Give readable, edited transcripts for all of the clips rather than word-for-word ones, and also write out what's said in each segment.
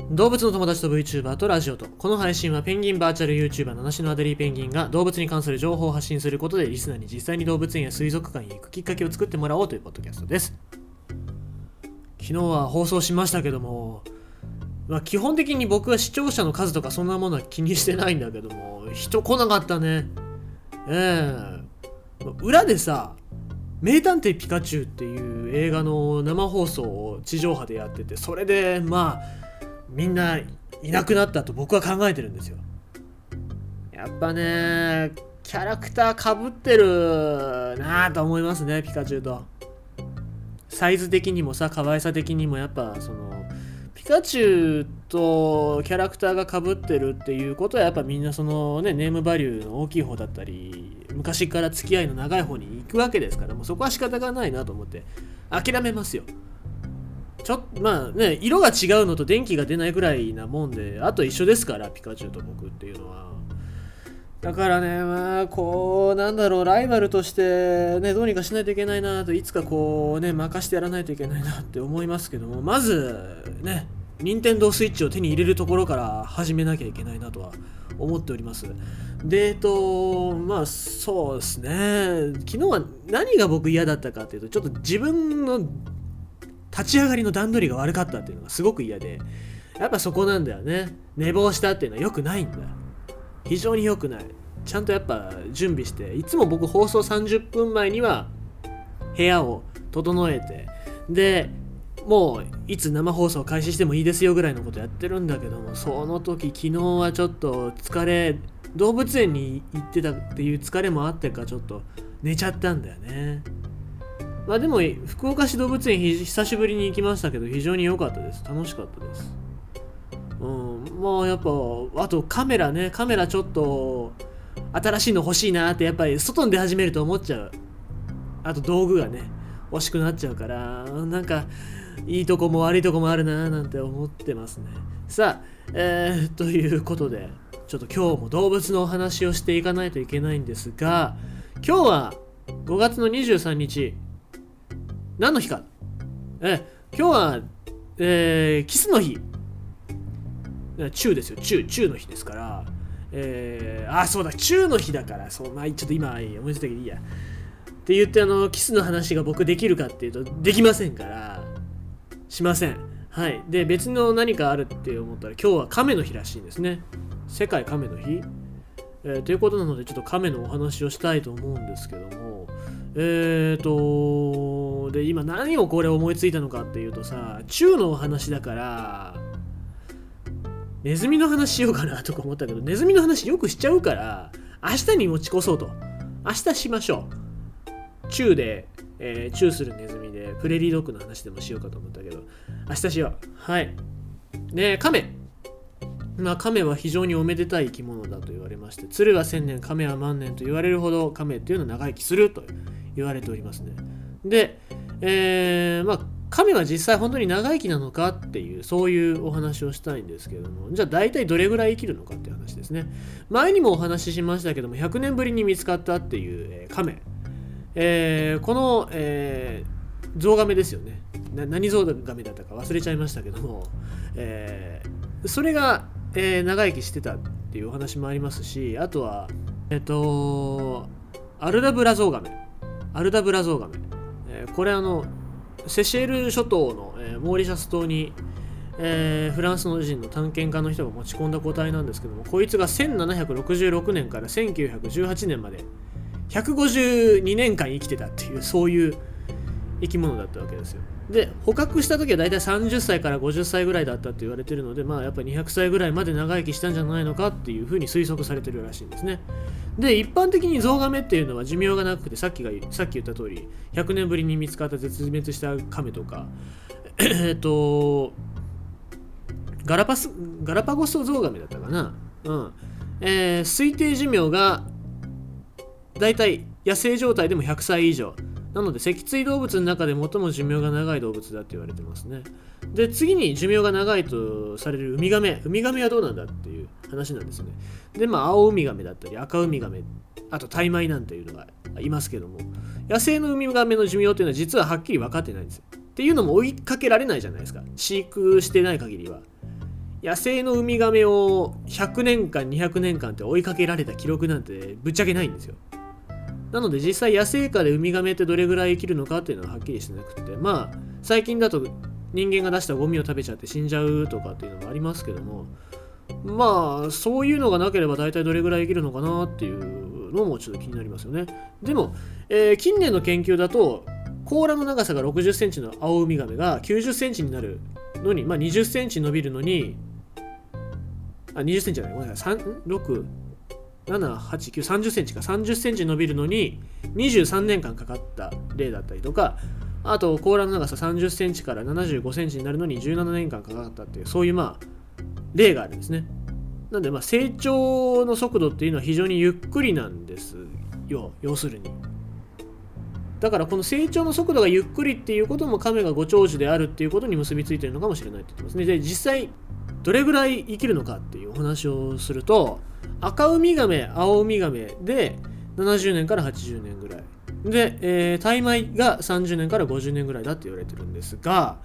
動物の友達と VTuber とラジオと。この配信はペンギンバーチャル YouTuber 七種のアデリーペンギンが動物に関する情報を発信することでリスナーに実際に動物園や水族館へ行くきっかけを作ってもらおうというポッドキャストです。昨日は放送しましたけども、基本的に僕は視聴者の数とかそんなものは気にしてないんだけども、人来なかったね。裏でさ、名探偵ピカチュウっていう映画の生放送を地上波でやってて、それでみんないなくなったと僕は考えてるんですよ。やっぱね、キャラクター被ってるなぁと思いますね、ピカチュウと。サイズ的にもさ、可愛さ的にもやっぱピカチュウとキャラクターが被ってるっていうことはやっぱみんなネームバリューの大きい方だったり、昔から付き合いの長い方に行くわけですから、もうそこは仕方がないなと思って諦めますよ。色が違うのと電気が出ないぐらいなもんで、あと一緒ですから、ピカチュウと僕っていうのは。だからね、ライバルとしてね、どうにかしないといけないなと、いつか任してやらないといけないなって思いますけども、まずね、任天堂スイッチを手に入れるところから始めなきゃいけないなとは思っております。で、そうですね、昨日は何が僕嫌だったかっていうと、ちょっと自分の立ち上がりの段取りが悪かったっていうのがすごく嫌で、やっぱそこなんだよね。寝坊したっていうのは良くないんだよ。非常に良くない。ちゃんとやっぱ準備して、いつも僕放送30分前には部屋を整えて、でもういつ生放送開始してもいいですよぐらいのことやってるんだけども、その時昨日はちょっと動物園に行ってたっていう疲れもあってか、ちょっと寝ちゃったんだよね。でも福岡市動物園久しぶりに行きましたけど、非常に良かったです。楽しかったです。やっぱあとカメラちょっと新しいの欲しいなって、やっぱり外に出始めると思っちゃう。あと道具がね欲しくなっちゃうから、いいとこも悪いとこもあるななんて思ってますね。さあ、ということでちょっと今日も動物のお話をしていかないといけないんですが、今日は5月の23日何の日か。今日は、キスの日。チュウですよ。チュウの日ですから。そうだ、チュウの日だから、ちょっと今思いついたけどいいや。って言ってキスの話が僕できるかっていうとできませんから、しません。はい。で、別の何かあるって思ったら、今日は亀の日らしいんですね。世界亀の日、ということなので、ちょっと亀のお話をしたいと思うんですけども、で今何をこれ思いついたのかっていうとさ、チュウのお話だからネズミの話しようかなとか思ったけど、ネズミの話よくしちゃうから明日に持ち越そうと。明日しましょう。チュウで、チュウするネズミでプレリードッグの話でもしようかと思ったけど、明日しよう。はい。で、亀は非常におめでたい生き物だと言われまして、鶴は1000年亀は万年と言われるほど亀っていうのは長生きすると言われておりますね。で、亀は実際本当に長生きなのかっていう、そういうお話をしたいんですけれども、じゃあ大体どれぐらい生きるのかっていう話ですね。前にもお話ししましたけども、100年ぶりに見つかったっていう、亀、この、ゾウガメですよね。何ゾウガメだったか忘れちゃいましたけども、それが、長生きしてたっていうお話もありますし、あとはアルダブラゾウガメ、これセシェル諸島の、モーリシャス島に、フランスの人の探検家の人が持ち込んだ個体なんですけども、こいつが1766年から1918年まで152年間生きてたっていう、そういう生き物だったわけですよ。で、捕獲した時はだいたい30歳から50歳ぐらいだったって言われてるので、やっぱり200歳ぐらいまで長生きしたんじゃないのかっていうふうに推測されてるらしいんですね。で、一般的にゾウガメっていうのは寿命がなくて、さっき言った通り100年ぶりに見つかった絶滅したカメとか、ガラパゴスゾウガメだったかな、推定寿命がだいたい野生状態でも100歳以上なので、脊椎動物の中で最も寿命が長い動物だって言われてますね。で、次に寿命が長いとされるウミガメはどうなんだっていう話なんですよね。で、青ウミガメだったり赤ウミガメ、あとタイマイなんていうのがいますけども、野生のウミガメの寿命というのは実ははっきり分かってないんですよ。っていうのも追いかけられないじゃないですか、飼育してない限りは。 野生のウミガメを100年間200年間って追いかけられた記録なんてぶっちゃけないんですよ。なので実際野生下でウミガメってどれぐらい生きるのかっていうのははっきりしてなくて、まあ最近だと人間が出したゴミを食べちゃって死んじゃうとかっていうのもありますけども、まあそういうのがなければ大体どれぐらい生きるのかなっていうのもちょっと気になりますよね。でも、近年の研究だと甲羅の長さが60センチのアオウミガメが90センチになるのに、まあ、20センチ伸びるのに20センチじゃない、ごめんなさい、6、7、8、9、30センチか、30センチ伸びるのに23年間かかった例だったりとか、あと甲羅の長さ30センチから75センチになるのに17年間かかったっていう、そういうまあ例があるんですね。なんでまあ成長の速度っていうのは非常にゆっくりなんですよ、要するに。だからこの成長の速度がゆっくりっていうことも亀がご長寿であるっていうことに結びついているのかもしれないって言ってますね。で、実際どれぐらい生きるのかっていうお話をすると、赤ウミガメ、青ウミガメで70年から80年ぐらいで、タイマイが30年から50年ぐらいだって言われてるんですが、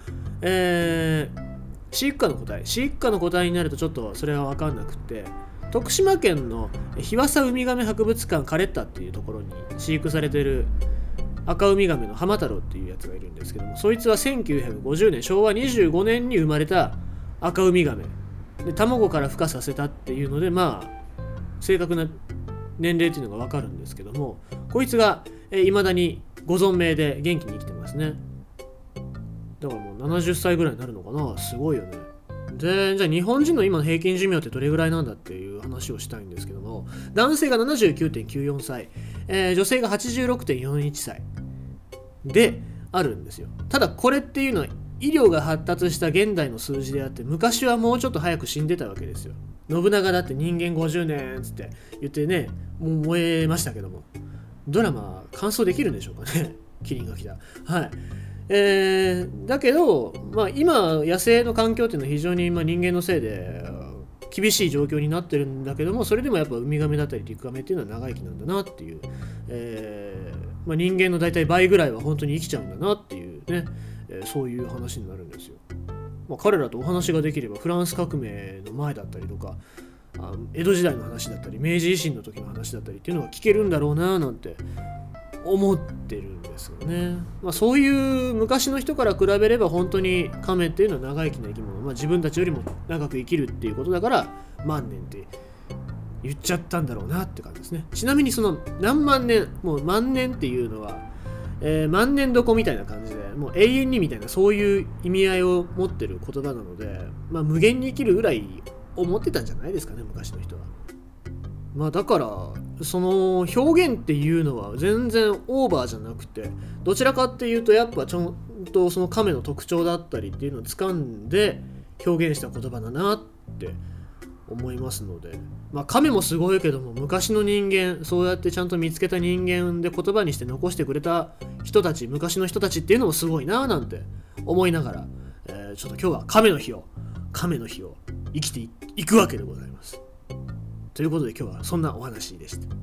飼育下の個体になるとちょっとそれは分かんなくて、徳島県の日和佐ウミガメ博物館カレッタっていうところに飼育されている赤ウミガメの浜太郎っていうやつがいるんですけども、そいつは1950年昭和25年に生まれた赤ウミガメで、卵から孵化させたっていうので、まあ正確な年齢っていうのが分かるんですけども、こいつがいまだにご存命で元気に生きてますね。だからもう70歳ぐらいになるのかな。すごいよね。で、じゃあ日本人の今の平均寿命ってどれぐらいなんだっていう話をしたいんですけども、男性が 79.94 歳、女性が 86.41 歳であるんですよ。ただこれっていうのは医療が発達した現代の数字であって、昔はもうちょっと早く死んでたわけですよ。信長だって人間50年っつって言ってね、もう燃えましたけども、ドラマ完走できるんでしょうかね。キリンが来た。はい。だけど、まあ、今野生の環境っていうのは非常に人間のせいで厳しい状況になってるんだけども、それでもやっぱウミガメだったりリクガメっていうのは長生きなんだなっていう、人間の大体倍ぐらいは本当に生きちゃうんだなっていうね、そういう話になるんですよ。彼らとお話ができればフランス革命の前だったりとか、江戸時代の話だったり明治維新の時の話だったりっていうのが聞けるんだろうななんて思ってるんですよね。そういう昔の人から比べれば本当に亀っていうのは長生きな生き物、自分たちよりも長く生きるっていうことだから万年って言っちゃったんだろうなって感じですね。ちなみにその何万年、もう万年っていうのは、万年床みたいな感じでもう永遠にみたいな、そういう意味合いを持ってる言葉なので、無限に生きるぐらい思ってたんじゃないですかね、昔の人は。だからその表現っていうのは全然オーバーじゃなくて、どちらかっていうとやっぱちゃんとその亀の特徴だったりっていうのを掴んで表現した言葉だなって思いますので、亀もすごいけども、昔の人間、そうやってちゃんと見つけた人間で言葉にして残してくれた人たち、昔の人たちっていうのもすごいななんて思いながら、ちょっと今日は亀の日を生きていくわけでございます。ということで今日はそんなお話でした。